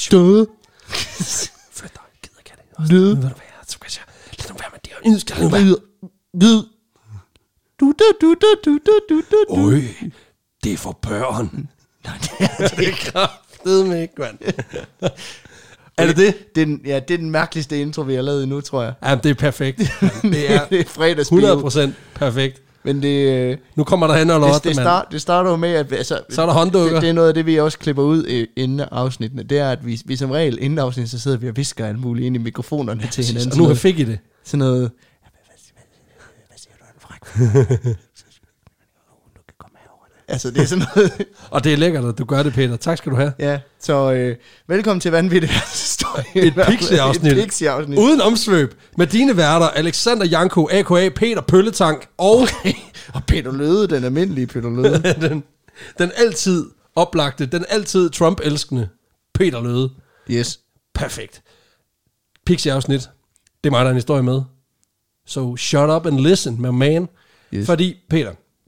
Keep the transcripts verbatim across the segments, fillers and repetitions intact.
Døde. Flyt dig, gider ikke have det. Ved du hvad, så kan jeg lad nu være med det. Nu skal du være. Vid. Du, du, du, du, du, du, du, du. Øj, det er for børn. Nej, det er det ikke. Kraftedeme ikke, mand. Er det det? Det er den, ja, det er den mærkeligste intro, vi har lavet endnu, tror jeg. Ja, det er perfekt. Det er, det er fredagsbio. hundrede procent perfekt. Men det... Nu kommer der hen og lotte, det, det, start, det starter jo med, at... Altså, så er der hånddukker. Det, det er noget af det, vi også klipper ud øh, inden afsnittene. Det er, at vi, vi som regel inden afsnittet, så sidder vi og visker alt muligt ind i mikrofonerne ja, til hinanden. Og nu har fik I det. Sådan noget... Hvad siger du, en fræk? Altså, det er sådan noget... Og det er lækkert, at du gør det, Peter. Tak skal du have. Ja, så øh, velkommen til Vanvittig Verdenshistorie. Et Pixie-afsnit. Et Pixie-afsnit. Uden omsvøb. Med dine værter, Alexander Janko, a k a. Peter Pølletank, og... Okay. Og Peter Løde, den almindelige Peter Løde. den, den altid oplagte, den altid Trump-elskende Peter Løde. Yes. Perfekt. Pixie-afsnit. Det er mig, der er en historie med. So shut up and listen, my man. Yes. Fordi, Peter...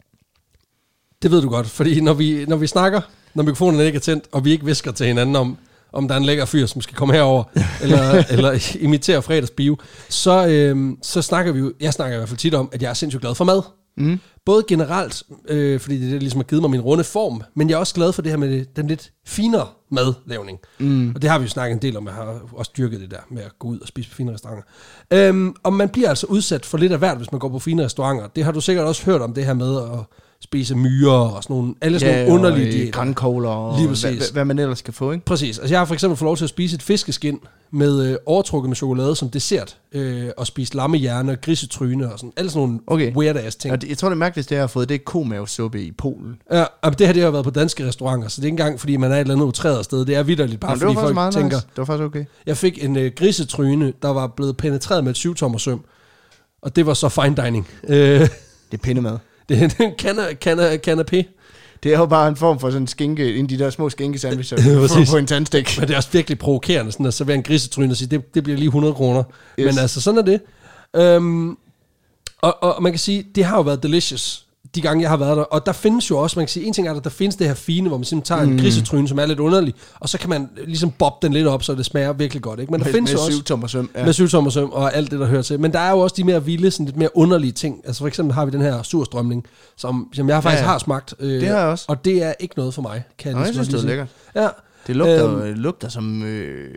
Det ved du godt, fordi når vi, når vi snakker, når mikrofonen ikke er tændt, og vi ikke visker til hinanden om, om der er en lækker fyr, som skal komme herover eller, eller imitere fredagsbio, så, øhm, så snakker vi jo, jeg snakker i hvert fald tit om, at jeg er sindssygt glad for mad. Mm. Både generelt, øh, fordi det, det ligesom har givet mig min runde form, men jeg er også glad for det her med det, den lidt finere madlavning. Mm. Og det har vi jo snakket en del om, jeg har også dyrket det der med at gå ud og spise på fine restauranter. Øhm, og man bliver altså udsat for lidt af hvert, hvis man går på fine restauranter. Det har du sikkert også hørt om, det her med at spise myrer og sådan nogle, alle sådan ja, nogle underlige dieter. Grankogler og hvad, hvad man ellers kan få, ikke? Præcis. Altså jeg har for eksempel fået lov til at spise et fiskeskind med øh, overtrukket med chokolade som dessert, øh, og spise lammehjerne, grisetryne og sådan, alle sådan nogle okay. weird-ass ting. Ja, det, jeg tror det mærkeligste, det er at have fået, det er komavesuppe i Polen. Ja, og det her det har været på danske restauranter, så det er ikke engang, fordi man er et eller andet utræret sted. Det er vitterligt bare, fordi folk tænker... Nice. Det var faktisk okay. Jeg fik en øh, grisetryne, der var blevet penetreret med et syv-tommer søm, og det var så fine dining. Øh, det er pindemad. Det er en canapé. Det er jo bare en form for sådan en skinke, en af de der små skinkesandwicher på en tandstik. Men det er også virkelig provokerende, sådan at servere en grisetryne og sige, det, det bliver lige hundrede kroner. Yes. Men altså, sådan er det. Øhm, og, og man kan sige, det har jo været delicious, de gange jeg har været der. Og der findes jo også, man kan sige, en ting er, at der findes det her fine, hvor man simpelthen tager mm. en grisetryne, som er lidt underlig, og så kan man ligesom bobbe den lidt op, så det smager virkelig godt. Ikke? Men der med, findes med jo også... syv-tommersøm. Ja. Med syv-tommersøm og alt det, der hører til. Men der er jo også de mere vilde, sådan lidt mere underlige ting. Altså for eksempel har vi den her surstrømning, som, som jeg faktisk ja, ja. har smagt. Øh, det har jeg også. Og det er ikke noget for mig. Kan Nå, jeg, jeg synes, det er lækkert. Ja. Det lugter, øhm, lugter som... Øh...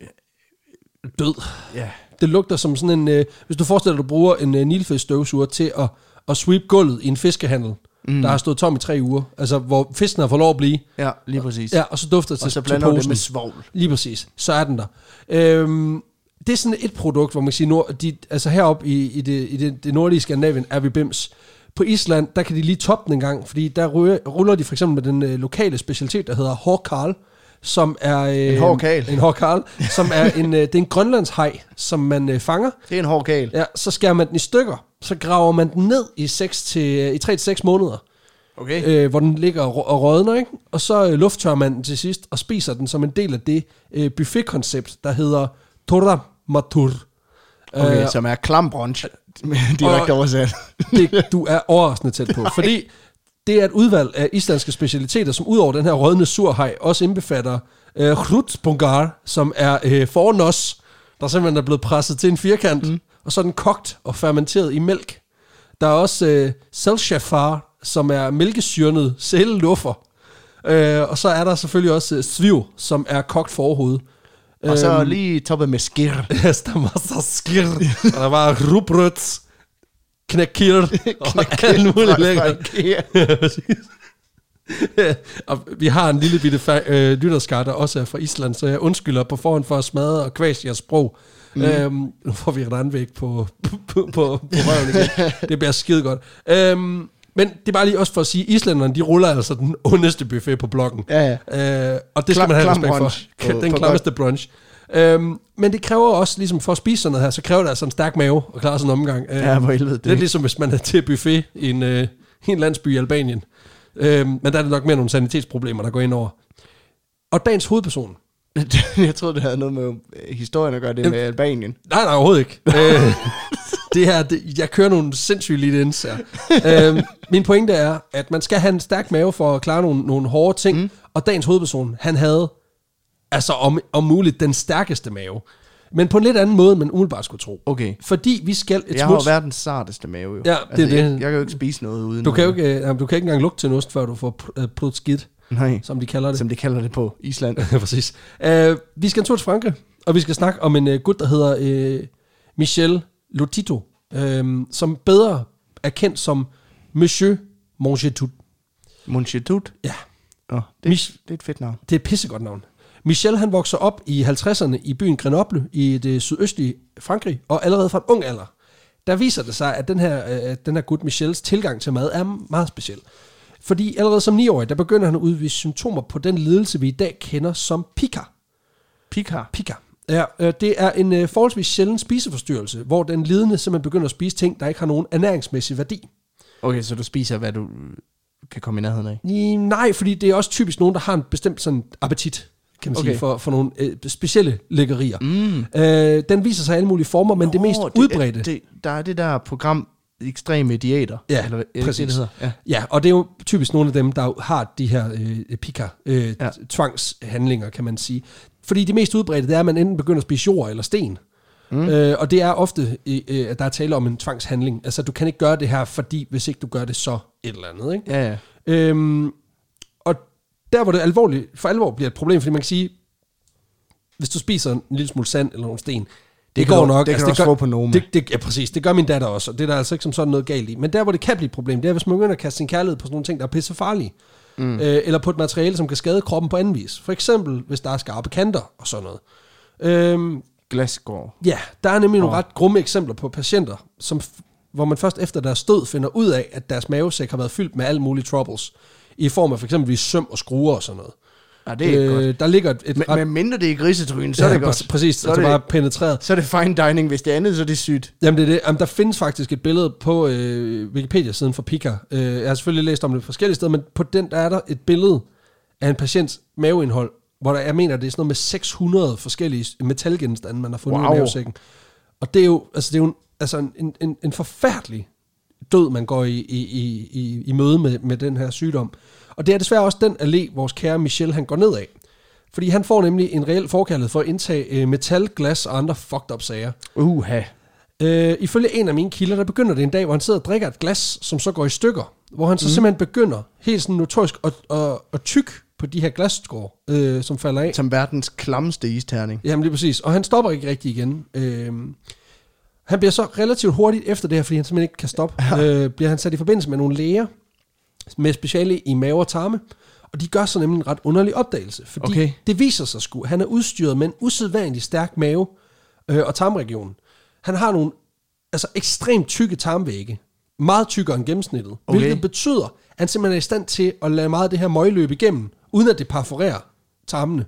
død. Ja. Det lugter som sådan en... Øh, hvis du forestiller dig, at du bruger en øh, nilfiskstøvsuger til at, at sweep gulvet i en fiskehandel, mm. der har stået tom i tre uger, altså hvor fisken har fået lov at blive. Ja, lige præcis. Ja, og så dufter det og til, så blander det med svovl. Lige præcis. Så er den der. Øhm, det er sådan et produkt, hvor man kan sige, nord, de, altså heroppe i, i, det, i det, det nordlige Skandinavien er vi bims. På Island, der kan de lige toppe den en gang, fordi der ruller de for eksempel med den øh, lokale specialitet, der hedder hårkarl, som er øh, en hårkarl, en hårkarl, som er en øh, det er en grønlandshaj, som man øh, fanger. Det er en hårkarl. Ja, så skærer man den i stykker, så graver man den ned i seks til i tre til seks måneder. Okay. Øh, hvor den ligger og, og rådner, ikke? Og så øh, lufttørrer man den til sidst og spiser den som en del af det øh, buffetkoncept, der hedder Tora Matur. Okay, øh, som er klam brunch, direkte oversat. Det, du er overraskende tæt på, fordi det er et udvalg af islandske specialiteter, som udover den her rådne surhaj også indbefatter øh, hrutspungar, som er øh, fornos, der simpelthen er blevet presset til en firkant, mm. og så er den kogt og fermenteret i mælk. Der er også øh, selshafar, som er mælkesyrnet sæleluffer. Øh, og så er der selvfølgelig også øh, sviv, som er kogt forhoved. Og så øhm, lige toppet med skir. Ja, der er masser af skir. Og der var rugbrød, knækkir, og alt muligt lækkert. Og vi har en lille bitte fa- øh, lytterskar, der også er fra Island, så jeg undskylder på forhånd for at smadre og kvæse jeres sprog. Mm. Øhm, nu får vi randvæk på, på, på, på røven igen. Det bliver skide godt. Øhm, men det er bare lige også for at sige, at islænderne, de ruller altså den ondeste buffet på blokken. Ja, ja. Øh, og det skal Klam, man have respekt for. På, den på klammeste brunch. Øhm, men det kræver også, ligesom for at spise sådan noget her, så kræver det altså en stærk mave og klare sådan en omgang. Øhm, ja, hvor helvede det. Lidt ligesom hvis man er til buffet i en, øh, i en landsby i Albanien. Øhm, men der er det nok mere nogle sanitetsproblemer, der går ind over. Og dagens hovedperson. Jeg troede, det havde noget med historien at gøre det med Albanien. Nej, nej, overhovedet ikke. øh, det her, det, jeg kører nogle sindssyge lead-ins her. øh, min pointe er, at man skal have en stærk mave for at klare nogle, nogle hårde ting. Mm. Og dagens hovedperson, han havde Altså om, om muligt den stærkeste mave. Men på en lidt anden måde, man umiddelbart skulle tro. Okay. Fordi vi skal et jeg smuts... har jo verdens sarteste mave, jo. Ja, det altså, er det. Jeg, jeg kan jo ikke spise noget uden... Du kan jo ikke, øh, du kan ikke engang lugte til en ost, før du får uh, prøvet skidt, Nej, som de kalder det. som de kalder det på Island. Præcis. Uh, vi skal en tur til Frankrig, og vi skal snakke om en uh, gut, der hedder uh, Michel Lotito, uh, som bedre er kendt som Monsieur Mongetout. Mongetout? Ja. Oh, det, Mich- det er et fedt navn. Det er et pissegodt navn. Michel, han vokser op i halvtredserne i byen Grenoble i det sydøstlige Frankrig, og allerede fra en ung alder, der viser det sig, at den her, øh, den her gut Michels tilgang til mad er meget speciel. Fordi allerede som niårig, der begynder han at udvise symptomer på den lidelse, vi i dag kender som pica. Pica? Pica. Ja, øh, det er en øh, forholdsvis sjælden spiseforstyrrelse, hvor den lidende simpelthen begynder at spise ting, der ikke har nogen ernæringsmæssig værdi. Okay, så du spiser, hvad du kan komme i nærheden af? I, nej, fordi det er også typisk nogen, der har en bestemt sådan appetit, kan man okay. sige, for, for nogle øh, specielle lækkerier. Mm. Øh, den viser sig i alle mulige former, men Nå, det mest det, udbredte... Det, der er det der program, ekstreme diæter. Ja, eller, præcis. Det, det hedder? Ja. ja, og det er jo typisk nogle af dem, der har de her øh, pica, øh, ja. tvangshandlinger, kan man sige. Fordi det mest udbredte, det er, at man enten begynder at spise jord eller sten. Mm. Øh, og det er ofte, øh, at der er tale om en tvangshandling. Altså, du kan ikke gøre det her, fordi hvis ikke du gør det, så et eller andet. Ikke? Ja, ja. Øhm, og der, hvor det alvorligt, for alvor bliver et problem, fordi man kan sige, hvis du spiser en lille smule sand eller nogle sten, det, det går nok. Det kan altså, det også få på Noma. Det, det, ja, præcis. Det gør min datter også, og det er der altså ikke som sådan noget galt i. Men der, hvor det kan blive et problem, det er, hvis man begynder at kaste sin kærlighed på sådan nogle ting, der er pissefarlige. Mm. Øh, eller på et materiale, som kan skade kroppen på anden vis. For eksempel, hvis der er skarpe kanter og sådan noget. Øhm, Glasgård. Ja, der er nemlig oh. nogle ret grumme eksempler på patienter, som, hvor man først efter deres død finder ud af, at deres mavesæk har været fyldt med alle mulige troubles, i form af for eksempel søm og skruer og sådan noget. Ja, det er øh, godt. Der ligger et, et men, ret... men mindre det er i grisetrynen, så ja, er det godt. Præcis, så er det bare penetreret. Så er det fine dining, hvis det andet, så er det sygt. Jamen det er det. Jamen, der findes faktisk et billede på øh, Wikipedia-siden for pica. Øh, jeg har selvfølgelig læst om det forskellige steder, men på den der er der et billede af en patients maveindhold, hvor der, jeg mener, det er sådan noget med seks hundrede forskellige metalgenstande, man har fundet wow. i mavesækken. Og det er jo, altså, det er jo en, altså en, en, en forfærdelig død, man går i, i, i, i møde med, med den her sygdom. Og det er desværre også den allé, vores kære Michel, han går ned af. Fordi han får nemlig en reel forkærlighed for at indtage øh, metal, glas og andre fucked up sager. Uha. Øh, ifølge en af mine kilder, der begynder det en dag, hvor han sidder og drikker et glas, som så går i stykker. Hvor han så mm. simpelthen begynder, helt sådan notorisk, at, at, at tykke på de her glasskår, øh, som falder af. Som verdens klammeste isterning. Jamen lige præcis. Og han stopper ikke rigtig igen. Øh, han bliver så relativt hurtigt efter det her, fordi han simpelthen ikke kan stoppe. Ja. Øh, bliver han sat i forbindelse med nogle læger, med speciale i mave og tarme. Og de gør så nemlig en ret underlig opdagelse. Fordi okay. det viser sig sgu, han er udstyret med en usædvanlig stærk mave øh, og tarmregion. Han har nogle altså ekstremt tykke tarmvægge. Meget tykkere end gennemsnittet. Okay. Hvilket betyder, at han simpelthen er i stand til at lade meget af det her møg løbe igennem, uden at det perforerer tarmene.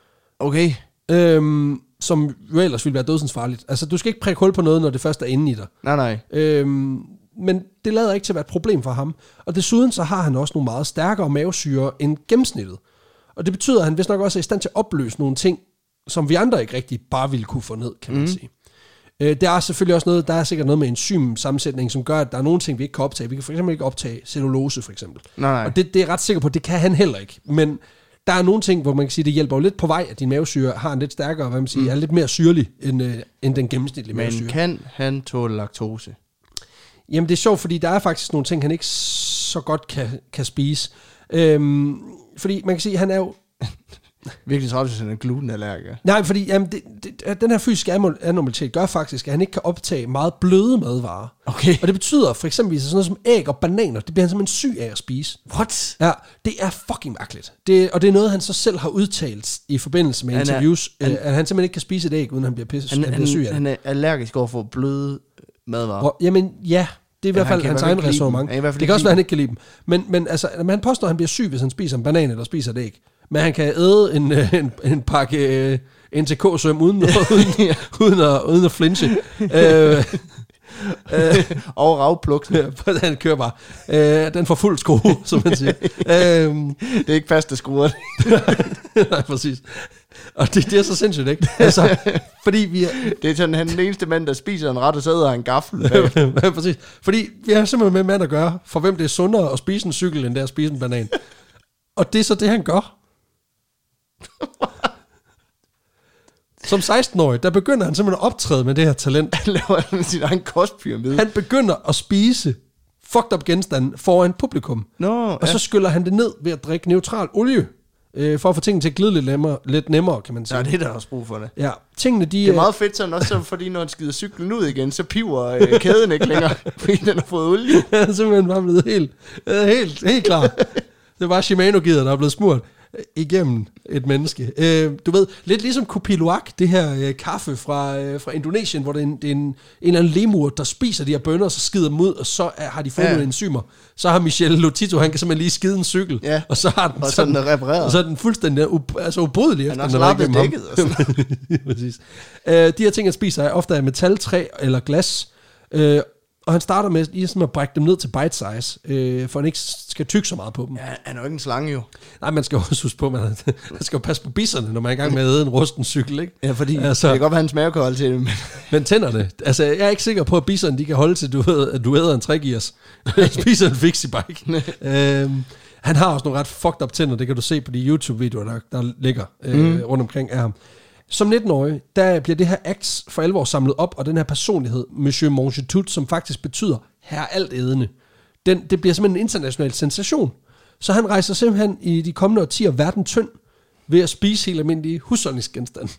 Okay. Øhm, som jo ellers ville være dødsensfarligt. Altså, du skal ikke prikke hul på noget, når det først er inde i dig. Nej, nej. Øhm, men det lader ikke til at være et problem for ham. Og desuden så har han også nogle meget stærkere mavesyre end gennemsnittet. Og det betyder, at han vist nok også er i stand til at opløse nogle ting, som vi andre ikke rigtig bare ville kunne få ned, kan man mm. sige. Øh, der er selvfølgelig også noget, der er sikkert noget med enzymsammensætning, som gør, at der er nogle ting, vi ikke kan optage. Vi kan for eksempel ikke optage cellulose, for eksempel. Nej, nej. Og det, det er jeg ret sikker på, det kan han heller ikke. Men der er nogle ting, hvor man kan sige, det hjælper jo lidt på vej, at din mavesyre har en lidt stærkere, hvad man siger, mm. er lidt mere syrlig, end, øh, end den gennemsnitlige Men mavesyre. Men kan han tåle laktose? Jamen det er sjovt, fordi der er faktisk nogle ting, han ikke så godt kan, kan spise. Øhm, fordi man kan sige, han er jo... Virkelig træt, hvis han er glutenallergiker. Nej, fordi jamen, det, det, den her fysiske anormalitet gør faktisk, at han ikke kan optage meget bløde madvarer. Okay. Og det betyder for eksempel sådan noget som æg og bananer, det bliver han simpelthen syg af at spise. What? Ja, det er fucking mærkeligt. Det, og det er noget, han så selv har udtalt i forbindelse med han interviews, er, han, at han simpelthen ikke kan spise et æg, uden han bliver, pisse, han, han bliver syg af det. Han er allergisk over for bløde madvarer. Og, jamen ja, det er i hvert fald hans egen ræsonnement. Det kan også være, at han ikke kan lide dem. Men, men altså, han påstår, at han bliver syg, hvis han spiser en banan eller spiser et æg. Men han kan æde en, en, en pakke N T K-søm uden, uden, uden, at, uden at flinche. øh, øh, og ravpluksen. Den kører bare. Øh, den får fuld skrue, som man siger. øh, det er ikke faste skruer. Nej, præcis. Og det, det er så sindssygt, ikke? Altså, fordi vi er, det er sådan, han er den eneste mand, der spiser en ret, og så æder en gaffel. Ja, præcis. Fordi vi har simpelthen med en mand at gøre, for hvem det er sundere at spise en cykel, end det at spise en banan. Og det er så det, han gør. Som seksten-årig, der begynder han simpelthen at optræde med det her talent. Han laver sin egen kostpyramide. Han begynder at spise fucked up genstande foran publikum. Nå, og ja. så skyller han det ned ved at drikke neutral olie, øh, for at få tingene til at glide lidt nemmere, lidt nemmere, kan man sige. Ja, det er der også brug for det. Ja, tingene de... Det er meget fedt sådan, også så, fordi når han skider cyklen ud igen, så piver øh, kæden ikke længere, fordi den har fået olie. Han er simpelthen bare blevet helt, øh, helt, helt klar. Det var Shimano-gider, der er blevet smurt igennem et menneske. Øh, du ved, lidt ligesom Kopi Luwak, det her øh, kaffe fra, øh, fra Indonesien, hvor det er, en, det er en, en eller anden lemur, der spiser de her bønner, og så skider dem ud, og så er, har de fundet ja. enzymer. Så har Michel Lotito, han kan simpelthen lige skide en cykel, ja. og så har den, og så den er repareret. Og så er den fuldstændig u- altså ubrydelig. Han har slappet dækket. Og sådan. Præcis. Øh, de her ting, han spiser, er ofte af metal, træ eller glas, øh, og han starter med ligesom at brække dem ned til bite size, øh, for han ikke skal tygge så meget på dem. Ja, han er jo ikke en slange jo. Nej, man skal jo også huske på, man, man skal jo passe på bisserne, når man er i gang med at æde en rusten cykel, ikke? Ja, fordi altså, det kan godt være, hans mave kan holde til det. Men, men tænderne, altså jeg er ikke sikker på, at bisserne de kan holde til, du ved, at du æder en tre-gears. Spiser en fixie-bike. øhm, han har også nogle ret fucked up tænder, det kan du se på de YouTube-videoer, der, der ligger øh, mm. rundt omkring af ham. Som nitten-årig, der bliver det her acts for alvor samlet op, og den her personlighed, Monsieur Mangetut, som faktisk betyder herre alt ædende, den, det bliver simpelthen en international sensation. Så han rejser simpelthen i de kommende årtier verden tynd ved at spise helt almindelige husholdningsgenstande.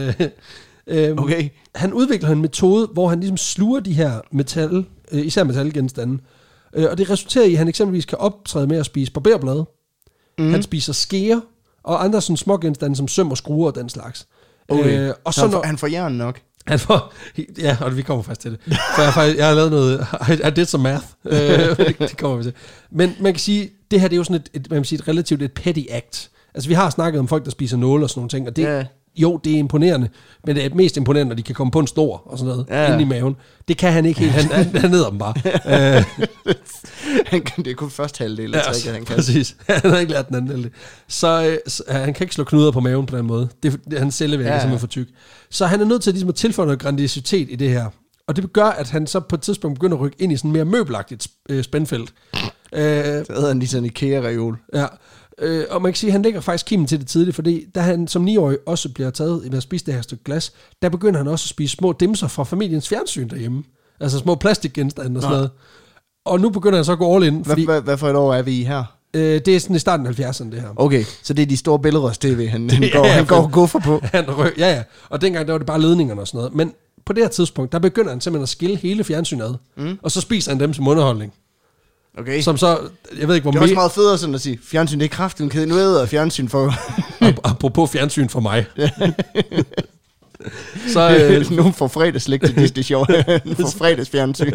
okay. Han udvikler en metode, hvor han ligesom sluger de her metal, især metalgenstande, og det resulterer i, at han eksempelvis kan optræde med at spise barberblade. Mm. Han spiser skeer og andre sådan små genstande som søm og skruer og den slags. Okay. Øh, og så han, når, får, han får jern nok. Han får, ja, og vi kommer faktisk til det. For jeg, faktisk, jeg har lavet noget, I, I did some math. øh, det, det kommer vi til. Men man kan sige, det her det er jo sådan et, et, man kan sige, et relativt et petty act. Altså vi har snakket om folk, der spiser nåle og sådan nogle ting, og det, ja. jo, det er imponerende, men det er mest imponerende, når de kan komme på en snor og sådan noget, ja. inde i maven. Det kan han ikke helt, han, han, han neder dem bare. øh. han kan, det er kun først halvdel af ja, trækket, han kan. Præcis, han har ikke lært den anden halvdel. Så, øh, så han kan ikke slå knuder på maven på den måde. Det, det hans celleværk ja. er simpelthen for tyk. Så han er nødt til ligesom, at tilføje noget grandiositet i det her. Og det gør, at han så på et tidspunkt begynder at rykke ind i sådan mere møbelagtigt øh, spændfelt. Øh, så hedder han lige sådan en IKEA-reol. Ja. Øh, og man kan sige, at han lægger faktisk kimen til det tidligt, fordi da han som niårig også bliver taget med at spise det her stykke glas, der begynder han også at spise små dimser fra familiens fjernsyn derhjemme. Altså små plastikgenstande og sådan Nå. noget. Og nu begynder han så at gå all in. Fordi, hvad, hvad, hvad for et år er vi i her? Øh, det er sådan i starten af halvfjerdserne, det her. Okay, så det er de store billedrørs-tv, han, han, går, ja, han går og guffer på. Han røg, ja, ja. Og dengang der var det bare ledningerne og sådan noget. Men på det her tidspunkt, der begynder han simpelthen at skille hele fjernsynet ad. Mm. Og så spiser han dem som underholdning. Okay. Som så, jeg ved ikke, hvor det er også meget federe sådan at sige, fjernsyn, det er kraften kæde, nu æder fjernsyn for... Apropos fjernsyn for mig. Så øh, nu får fredagslæg til Disney Show. Nu får fredagsfjernsyn.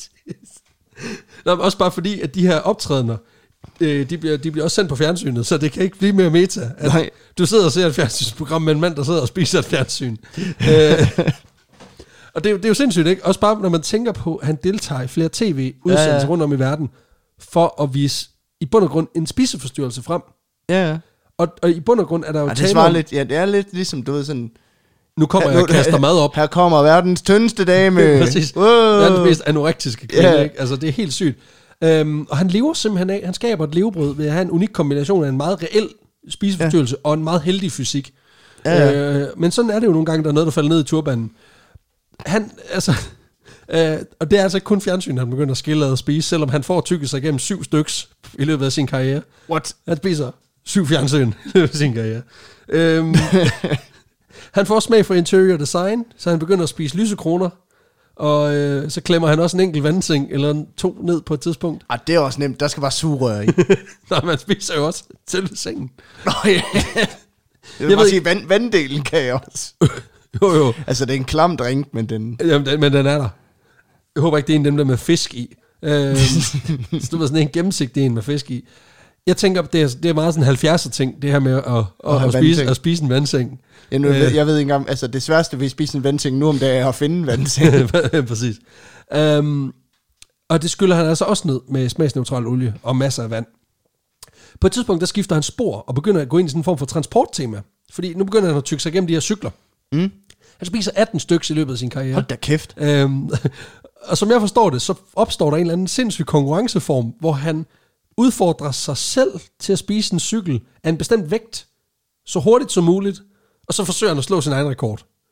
Nå, også bare fordi, at de her optrædener, øh, de, bliver, de bliver også sendt på fjernsynet, så det kan ikke blive mere meta. At du sidder og ser et fjernsynsprogram med en mand, der sidder og spiser et fjernsyn. øh, og det er, det er jo sindssygt, ikke? Også bare, når man tænker på, at han deltager i flere tv-udsendelser ja, ja. rundt om i verden, for at vise i bund og grund en spiseforstyrrelse frem. Ja, ja. Og, og i bund og grund er der jo ja, det svarer om, lidt, ja, det er lidt ligesom, du ved, sådan... Nu kommer her, jeg og kaster mad op. Her kommer verdens tyndeste dame. Præcis. Wow. Verdens mest anorektiske kvinde, yeah. ikke? Altså, det er helt sygt. Øhm, og han lever simpelthen af, han skaber et levebrød ved at have en unik kombination af en meget reel spiseforstyrrelse ja. og en meget heldig fysik. Ja, ja. Øh, men sådan er det jo nogle gange, der er noget, der falder ned i turbanen. Han, altså... Øh, og det er altså ikke kun fjernsyn, han begynder at skille ad og spise, selvom han får tykket sig igennem syv styks i løbet af sin karriere. What? Han spiser syv fjernsyn i løbet af sin karriere. Øhm, han får smag for interior design, så han begynder at spise lysekroner, og øh, så klemmer han også en enkelt vandseng eller to ned på et tidspunkt. Ah, det er også nemt, der skal bare sugerør i. Nej, man spiser jo også til sengen. Nå ja. Jeg vil jeg bare sige, vand, vanddelen kan jeg også. Jo jo. Altså det er en klam drink, men den... Jamen, den, men den er der. Jeg håber ikke, det er en af dem der med fisk i. Øh, så du var sådan en gennemsigtig en med fisk i. Jeg tænker, det er, det er meget sådan en halvfjerdser ting, det her med at, at, at, spise, at spise en vandseng. Ja, nu, øh, jeg ved ikke engang, altså det sværeste ved at spise en vandseng nu om dagen er at finde en vandseng. Præcis. Um, og det skyller han altså også ned med smagsneutral olie og masser af vand. På et tidspunkt, der skifter han spor og begynder at gå ind i sådan en form for transporttema. Fordi nu begynder han at tykke sig igennem de her cykler. Mm. Han spiser atten stykker i løbet af sin karriere. Hold da kæft. Um, og som jeg forstår det, så opstår der en eller anden sindssyg konkurrenceform, hvor han udfordrer sig selv til at spise en cykel af en bestemt vægt, så hurtigt som muligt, og så forsøger han at slå sin egen rekord.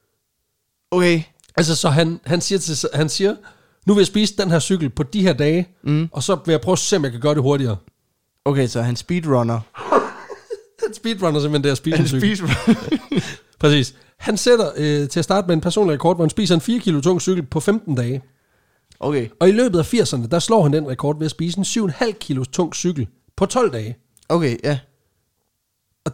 Okay. Altså, så han, han, siger til, han siger, nu vil jeg spise den her cykel på de her dage, mm. og så vil jeg prøve at se, om jeg kan gøre det hurtigere. Okay, så han speedrunner. Han speedrunner simpelthen det at spise en cykel. Speedrunner. Præcis. Han sætter øh, til at starte med en personlig rekord, hvor han spiser en fire kilo tung cykel på femten dage. Okay. Og i løbet af firserne, der slår han den rekord ved at spise en syv komma fem kilo tung cykel på tolv dage. Okay, ja. Og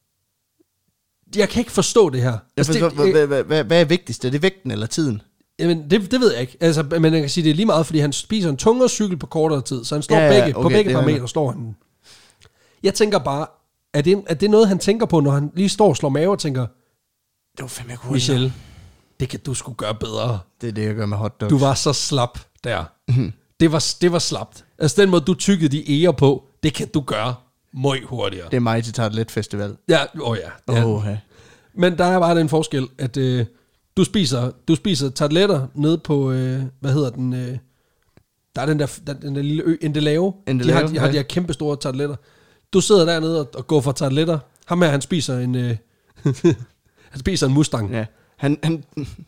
jeg kan ikke forstå det her. Jeg altså, forstår, det, hvad, hvad, hvad, hvad er vigtigst? Er det vægten eller tiden? Jamen, det, det ved jeg ikke. Altså, men jeg kan sige, det er lige meget, fordi han spiser en tungere cykel på kortere tid, så han slår ja, ja, begge, okay, på begge det parametre, slår han den. Jeg tænker bare, er det, er det noget, han tænker på, når han lige står og slår mave og tænker, det var fandme cool. Michel, det kan du sgu gøre bedre. Det er det, jeg gør med hotdogs. Du var så slap der. det, var, det var slapt. Altså, den måde, du tykkede de ære på, det kan du gøre meget hurtigere. Det er mig til Tartelet Festival. Ja, åh oh ja. ja. Oh, ja. Men der er bare den forskel, at øh, du spiser du spiser tarteletter nede på, øh, hvad hedder den, øh, der er den der, der, den der lille ø, Endelave. De har de, har de her kæmpe store tarteletter. Du sidder dernede og, og går for tarteletter. Ham her, han spiser en, øh, han spiser en Mustang. Ja, han... han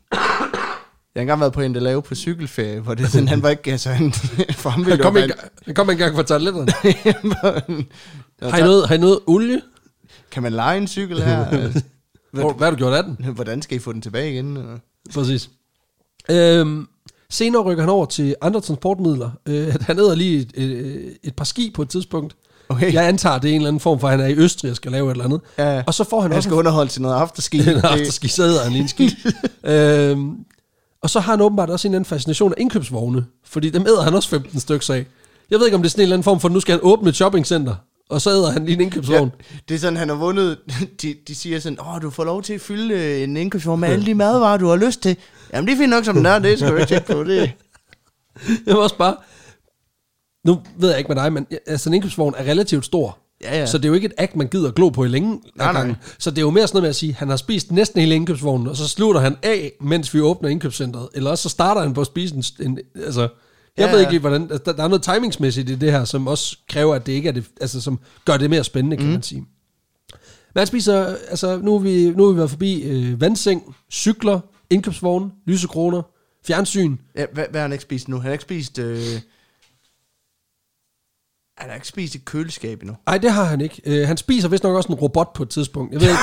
jeg har engang været på Endelave på cykelferie, hvor det sådan, han var ikke, altså han... For ham han, kom en, han kom en gang for tarteletterne. har, I noget, har I noget olie? Kan man leje en cykel her? Hvor, hvad har du gjort af den? Hvordan skal I få den tilbage igen? Præcis. Øhm, senere rykker han over til andre transportmidler. Øh, han æder lige et, et, et par ski på et tidspunkt. Okay. Jeg antager, det er en eller anden form for, at han er i Østrig og skal lave et eller andet. Ja, og så får han jeg også... skal underholde til noget afterski. noget afterski, så æder han lige en ski. øhm, og så har han åbenbart også en anden fascination af indkøbsvogne. Fordi dem æder han også femten stykker af. Jeg ved ikke, om det er sådan en eller anden form for, at nu skal han åbne et shoppingcenter. Og så æder han lige en indkøbsvogn. Ja, det er sådan, han har vundet. De, de siger sådan, åh, du får lov til at fylde en indkøbsvogn med alle de madvarer, du har lyst til. Jamen, det er fint nok som den er, det skal du ikke tænke på. Det. Jeg var også bare... Nu ved jeg ikke med dig, men altså, en indkøbsvogn er relativt stor. Ja, ja. Så det er jo ikke et akt, man gider glo på i længe. Nej, nej. Så det er jo mere sådan noget med at sige, at han har spist næsten hele indkøbsvognen, og så slutter han af, mens vi åbner indkøbscentret. Eller også så starter han på at spise en... en altså, jeg ja, ved ikke, hvordan... Altså, der, der er noget timingsmæssigt i det her, som også kræver, at det ikke er det... Altså, som gør det mere spændende, kan mm. man sige. Men han spiser... Altså, nu er vi, nu er vi været forbi øh, vandseng, cykler, indkøbsvogne, lysekroner, fjernsyn. Ja, hvad, hvad har han ikke spist nu? Han har ikke spist... Øh... Han har ikke spist et køleskab endnu. Nej, det har han ikke. Uh, han spiser vist nok også en robot på et tidspunkt. Jeg ved ikke.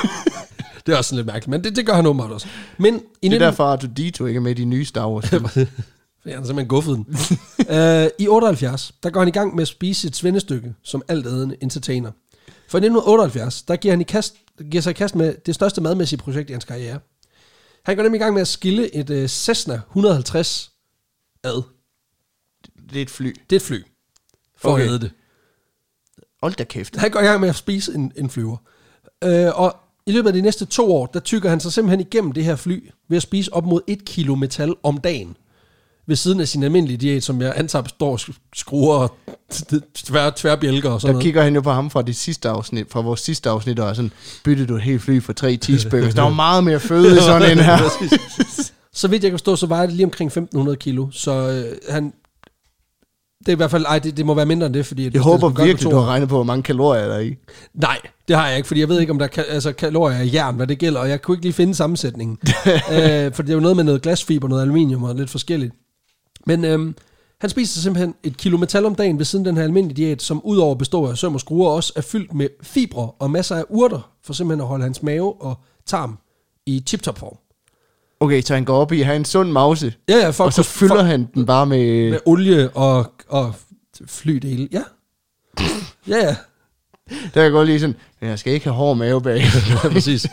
Det er også sådan lidt mærkeligt, men det, det gør han åbenbart også. Men i det er nitten... derfor, at du Dito ikke er med i de nye Star Wars. Han har simpelthen guffet den. uh, I otteoghalvfjerds, der går han i gang med at spise et svendestykke, som alt ædende entertainer. For i nitten otteoghalvfjerds, der giver han i kast, giver sig i kast med det største madmæssige projekt i hans karriere. Han går nemlig i gang med at skille et uh, Cessna et hundrede og halvtreds ad. Det er et fly. Det er et fly. For okay. at æde det. Hold da kæft. Han går i gang med at spise en, en flyver. Øh, og i løbet af de næste to år, der tykker han sig simpelthen igennem det her fly, ved at spise op mod et kilo metal om dagen. Ved siden af sin almindelige diæt, som jeg antager består skruer og tvær, tværbjælker og sådan der noget. Der kigger han jo på ham fra, det sidste afsnit, fra vores sidste afsnit, og sådan, byttede du et helt fly for tre cheeseburgers. Der var meget mere føde i sådan en her. Så vidt jeg kan forstå, så vejer det lige omkring femten hundrede kilo. Så øh, han... Det er i hvert fald, ej, det, det må være mindre end det, fordi... Jeg håber virkelig, du har regnet på, hvor mange kalorier der er i. Nej, det har jeg ikke, fordi jeg ved ikke, om der er altså, kalorier i jern, hvad det gælder, og jeg kunne ikke lige finde sammensætningen. øh, for det er jo noget med noget glasfiber, noget aluminium og lidt forskelligt. Men øhm, han spiser simpelthen et kilo metal om dagen ved siden af den her almindelige diæt, som udover består af søm og skruer, også er fyldt med fibre og masser af urter, for simpelthen at holde hans mave og tarm i tip-top form. Okay, så han går op i at have en sund mause, ja, ja, for, og så fylder for, han den bare med... Med olie og, og flydele. Ja. Ja, ja. Der kan godt lige sådan, jeg skal ikke have hård mave bag. Ja, præcis.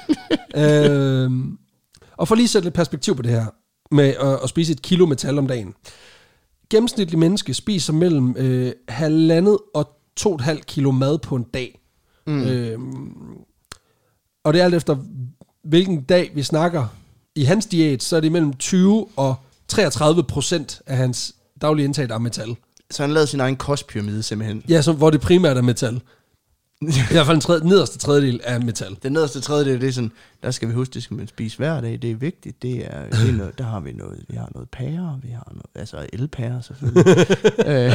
øhm, og for lige at sætte lidt perspektiv på det her, med at, at spise et kilo metal om dagen. Gennemsnitlig menneske spiser mellem øh, halvandet og to og et halvt kilo mad på en dag. Mm. Øhm, og det er alt efter, hvilken dag vi snakker. I hans diæt, så er det mellem tyve og treogtredive procent af hans daglige indtag, der er metal. Så han lavede sin egen kostpyramide simpelthen. Ja, så, hvor det primært er metal. I hvert fald en tredje, nederste tredjedel af metal. Den nederste tredjedel, det er sådan, der skal vi huske, det skal man spise hver dag, det er vigtigt, det er, det er noget, der har vi noget, vi har noget pære, vi har noget, altså elpære selvfølgelig. øh,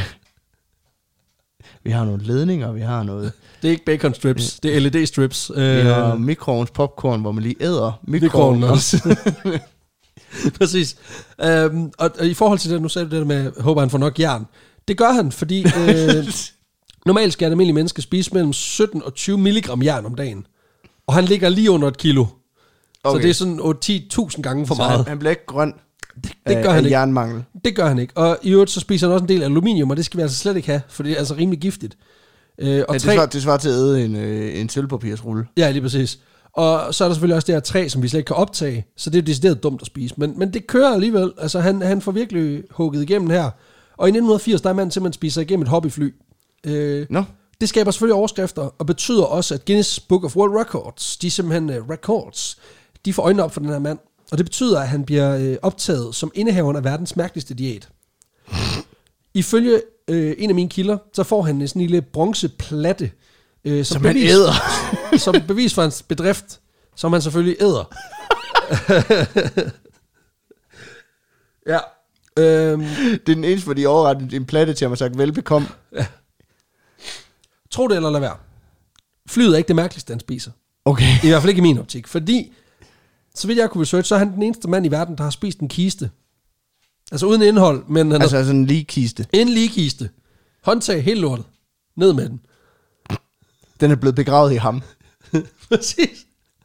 vi har nogle ledninger, vi har noget... Det er ikke bacon strips, det er L E D strips. Vi har mikroovns popcorn, hvor man lige æder mikroovnen også. Præcis. Øhm, og, og i forhold til det, nu sagde du det der med, håber han får nok jern. Det gør han, fordi øh, normalt skal et almindeligt menneske spise mellem sytten og tyve milligram jern om dagen. Og han ligger lige under et kilo. Okay. Så det er sådan otte til ti tusind gange for så meget. Han, han bliver ikke grøn det, det gør af, han ikke. jernmangel. Det gør han ikke. Og i øvrigt så spiser han også en del aluminium, og det skal vi altså slet ikke have, for det er altså rimelig giftigt. Øh, og ja, træ, det, svarer, det svarer til at æde en, øh, en sølvpapirsrulle. Ja, lige præcis. Og så er der selvfølgelig også det her træ, som vi slet ikke kan optage, så det er jo decideret dumt at spise. Men, men det kører alligevel. Altså han, han får virkelig hugget igennem her. Og i nitten firs, der er manden simpelthen spiser igennem et hobbyfly. Øh, no. Det skaber selvfølgelig overskrifter, og betyder også, at Guinness Book of World Records, de er simpelthen uh, records, de får øjnene op for den her mand. Og det betyder, at han bliver uh, optaget som indehaveren af verdens mærkeligste diæt. Ifølge uh, en af mine kilder, så får han en sådan lille bronzeplatte, uh, som, som bevis, han æder. som bevis for hans bedrift, som han selvfølgelig æder. Ja. Øhm, det er den eneste, hvor de overrettede en platte til, at man sagt velbekomme. Ja. Tro det eller lad være. Flyet er ikke det mærkeligste, han spiser. Okay. I hvert fald ikke i min optik. Fordi, så vidt jeg kunne research, så er han den eneste mand i verden, der har spist en kiste. Altså uden indhold, men han altså sådan en ligkiste. En ligkiste. Håndtag, helt lortet. Ned med den. Den er blevet begravet i ham. Præcis.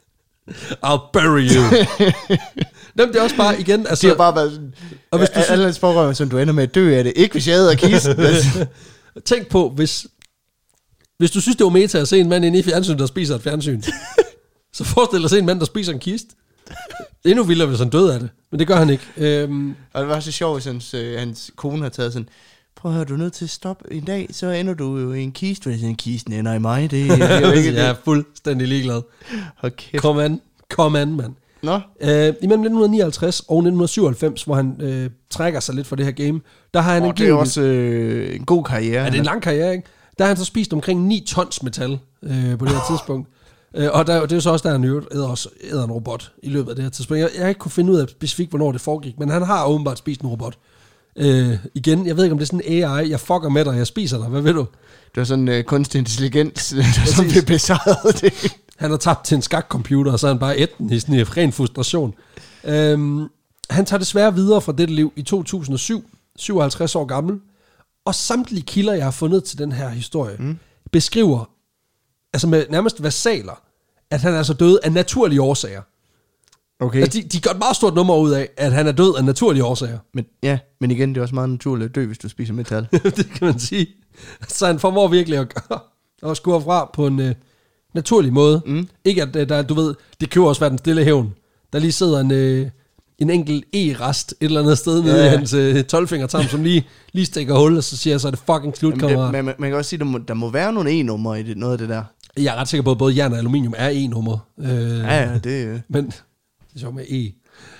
I'll bury you. Jamen, det er også bare igen... Altså, det har bare været sådan... Og hvis du synes, alle hans pårørende, som du ender med at dø af det. Ikke hvis jeg æder kisten. Tænk på, hvis... Hvis du synes, det var meta at se en mand inde i fjernsyn, der spiser et fjernsyn, så forestil dig at se en mand, der spiser en kiste. Endnu vildere, hvis han døde af det. Men det gør han ikke. Øhm. Og det var så sjovt, hvis hans, øh, hans kone har taget sådan... Prøv at høre, du er nødt til at stoppe en dag, så ender du jo i en kiste. Fordi en kisten ender i mig. Det er jo ikke... Jeg er fuldstændig ligeglad. Okay. Kom an. Kom an, mand. Nå. Øh, imellem nitten nioghalvtreds og nitten syvoghalvfems, hvor han øh, trækker sig lidt fra det her game, der har han... Oh, det er også øh, en god karriere. Ja, det er en lang karriere, ikke? Der har han så spist omkring ni tons metal øh, på det her tidspunkt. Øh, og der, det er jo så også, der han jo æder, også, æder en robot i løbet af det her tidspunkt. Jeg, jeg har ikke kunne finde ud af specifikt, hvornår det foregik, men han har åbenbart spist en robot. Øh, igen, jeg ved ikke, om det er sådan en A I, jeg fucker med dig, jeg spiser dig. Hvad ved du? Det var sådan en uh, kunstig intelligens, som blev besejret det. Han har tabt til en skakcomputer, og så er han bare ædt den i sådan en ren frustration. Øh, han tager desværre videre fra dette liv i to tusind og syv, syvoghalvtreds år gammel. Og samtlige kilder, jeg har fundet til den her historie, mm. beskriver, altså med nærmest versaler, at han er så død af naturlige årsager. Okay. Altså de, de gør et meget stort nummer ud af, at han er død af naturlige årsager. Men, ja, men igen, det er også meget naturligt at dø, hvis du spiser metal. Det kan man sige. Så han formår virkelig at, at skure fra på en uh, naturlig måde. Mm. Ikke at, der, du ved, det kan jo også være den stille hævn. Der lige sidder en... Uh, en enkelt e-rest et eller andet sted nede ja, ja. i hans øh, tolvfingertarm, som lige, lige stikker hul, og så siger jeg, så er det fucking slut, kammerat. Man, man, man kan også sige, der må, der må være nogle e-numre i det, noget af det der. Jeg er ret sikker på, at både jern og aluminium er e-numre. Øh, ja, ja, det er... Men det er sjovt med e.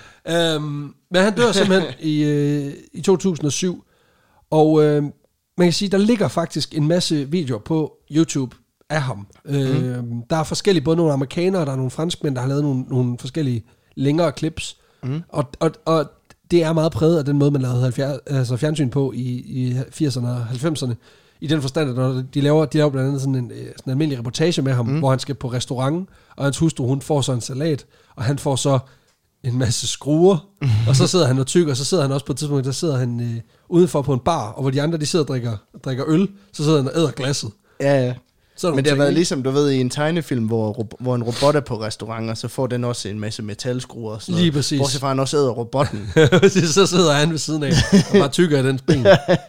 Øhm, men han dør simpelthen i, øh, i to tusind og syv, og øh, man kan sige, der ligger faktisk en masse videoer på YouTube af ham. Mm. Øh, der er forskellige, både nogle amerikanere, der er nogle franskmænd, der har lavet nogle, nogle forskellige længere clips. Mm. Og, og, og det er meget præget af den måde, man lavede halvfjerds, altså fjernsyn på i, i firserne og halvfemserne. I den forstand, at når de laver, de laver blandt andet sådan en, sådan en almindelig reportage med ham, mm. hvor han skal på restaurant, og hans hustru, hun får så en salat, og han får så en masse skruer, mm. og så sidder han og tykker, og så sidder han også på et tidspunkt, der sidder han øh, udenfor på en bar, og hvor de andre, de sidder og drikker, drikker øl, så sidder han og æder glasset. Ja, ja. Men det har været ikke? ligesom, du ved, i en tegnefilm, hvor, hvor en robot er på restaurant, og så får den også en masse metalskruer og sådan noget. Lige præcis. Bortset fra, han også æder robotten. Så sidder han ved siden af, og bare tykker i den ben.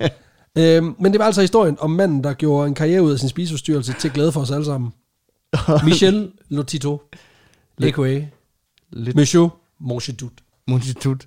øhm, men det var altså historien om manden, der gjorde en karriere ud af sin spiseforstyrrelse til glæde for os alle sammen. Michel Lotito. Lequay. Monsieur Monchidut. Monchidut.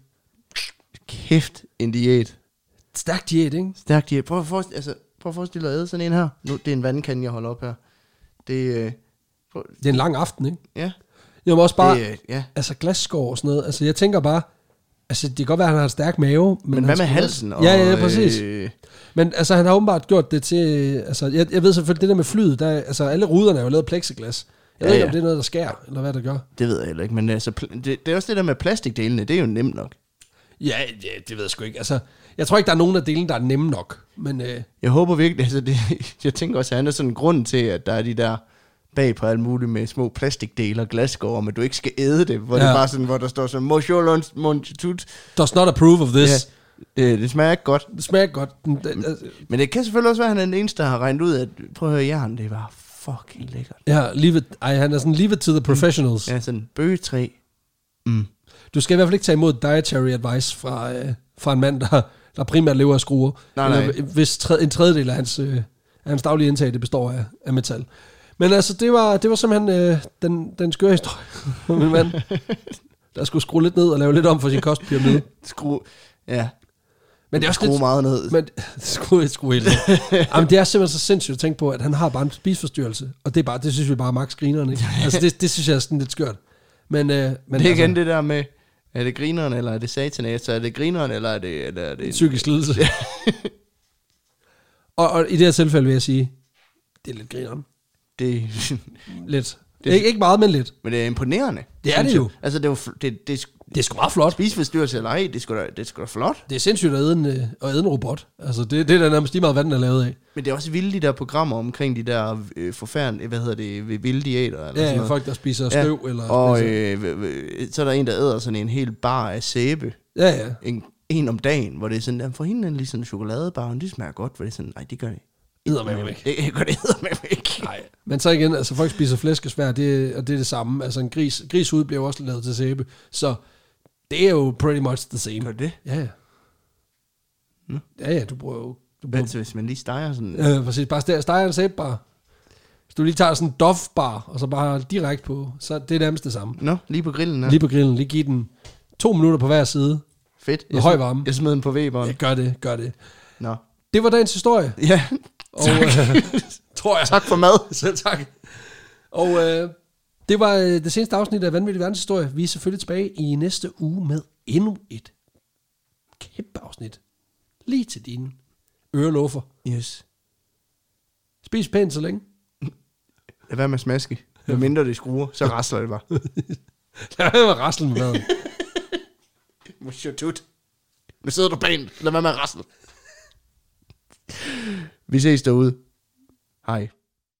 Kæft, en diæt. Stærk diæt, ikke? Stærk diæt. Prøv at forestille, altså, prøv at forestille dig at æde sådan en her. Nu, det er en vandkande, jeg holder op her. Det, øh, prøv. det er en lang aften, ikke? Ja. Jeg må også bare, det, ja. altså glasskår og sådan noget. Altså jeg tænker bare, altså det kan godt være, at han har en stærk mave. Men, men hvad med halsen? Og, ja, ja, præcis. Øh, men altså han har åbenbart gjort det til, altså jeg, jeg ved selvfølgelig, det der med flyet, der, altså alle ruderne er jo lavet af plexiglas. Jeg ja, ved ikke, ja. om det er noget, der skærer, eller hvad der gør. Det ved jeg heller ikke, men altså, det, det er også det der med plastikdelene, det er jo nemt nok. Ja, ja, det ved jeg sgu ikke. Altså, jeg tror ikke, der er nogen af delene, der er nemme nok. Men, øh... jeg håber virkelig, altså det, jeg tænker også, at han er sådan en grund til, at der er de der bag på alt muligt med små plastikdele og glasgård, men du ikke skal æde det, hvor ja. Ja. det er bare sådan, hvor der står sådan, Monsieur Longitude. Does not approve of this. Ja, det, det smager ikke godt. Det smager godt. Den- den- altså- Men det kan selvfølgelig også være, at han er den eneste, der har regnet ud, at prøv at høre, jern, det var fucking lækkert. Ja, leave it, ej, han er sådan, leave it to the professionals. Ja, sådan bøgetræ. Mm. Du skal i hvert fald ikke tage imod dietary advice fra, øh, fra en mand, der, der primært lever af skruer. Nej, nej. Eller, hvis tre, en tredjedel af hans, øh, af hans daglige indtag, det består af, af metal. Men altså, det var, det var simpelthen øh, den, den skøre historie om en mand, der skulle skrue lidt ned og lave lidt om for sin kostpyramide. Skru, ja. Men det er også Skru lidt, meget ned. Men, skru, skru helt ned. Jamen, det er simpelthen så sindssygt at tænke på, at han har bare en spiseforstyrrelse, og det er bare, det synes vi bare er max grinerne, ikke? Altså, det, det synes jeg er sådan lidt skørt. Men, øh, men Det er altså, igen det der med, er det grineren, eller er det satanas? Er det grineren, eller er det... Eller er det en psykisk lidelse. og, og i det her tilfælde vil jeg sige, det er lidt grineren. det, Lidt. Det- Ikke, ikke meget, men lidt. men det er imponerende. Det er synes det jeg. jo. Altså, det er jo... f- Det, det, Det er sgu meget flot. spiseforstyrrelse eller ej, det er sgu da, det er sgu da flot. Det er sindssygt at æde en, øh, at æde en robot. Altså, det, det er da nærmest lige meget, hvad den er lavet af. Men det er også vildt, de der programmer omkring de der øh, forfærdelige, hvad hedder det, ved vilde diæter. Eller Ja, sådan noget. folk, der spiser Ja, støv. Eller Og spiser. øh, v- v- så er der en, der æder sådan en hel bar af sæbe. Ja, ja. En, en om dagen, hvor det er sådan, jamen, for hende er lige sådan en chokoladebar, og det smager godt, hvor det er sådan, nej, det gør det. Æder med mig ikke. Det gør det æder med mig ikke. Nej. Men så igen, altså folk spiser flæskesvær, det, og det er det samme. Altså en gris, grishud bliver jo også lavet til sæbe. Så det er jo pretty much the same. Gør det? Ja, ja. Nå. Ja, ja, du bruger jo... Du bruger, Men så hvis man lige steger sådan... øh, præcis, bare ste- steger en sæbebar. Hvis du lige tager sådan en Dove-bar, og så bare direkte på, så det er nærmest det samme. Nå, lige på grillen. Ja. Lige på grillen, lige give den to minutter på hver side. Fedt. Med høj varme. Jeg smed den på Weberen. Ja, gør det, gør det. Nå. Det var dagens historie. Ja, Og, øh, tror jeg. tak for mad. Selv tak. Og øh, det var øh, det seneste afsnit af Vanvittig Verdenshistorie. Vi er selvfølgelig tilbage i næste uge med endnu et kæmpe afsnit. Lige til dine øreluffer. Yes. Spis pænt så længe. Lad være med at smaske. Når mindre det skruer, så rasler det bare. Lad være med at rasle med maden. Monsieur Tut. Nu sidder du pænt. Lad være med at rasle. Vi ses derude. Hej.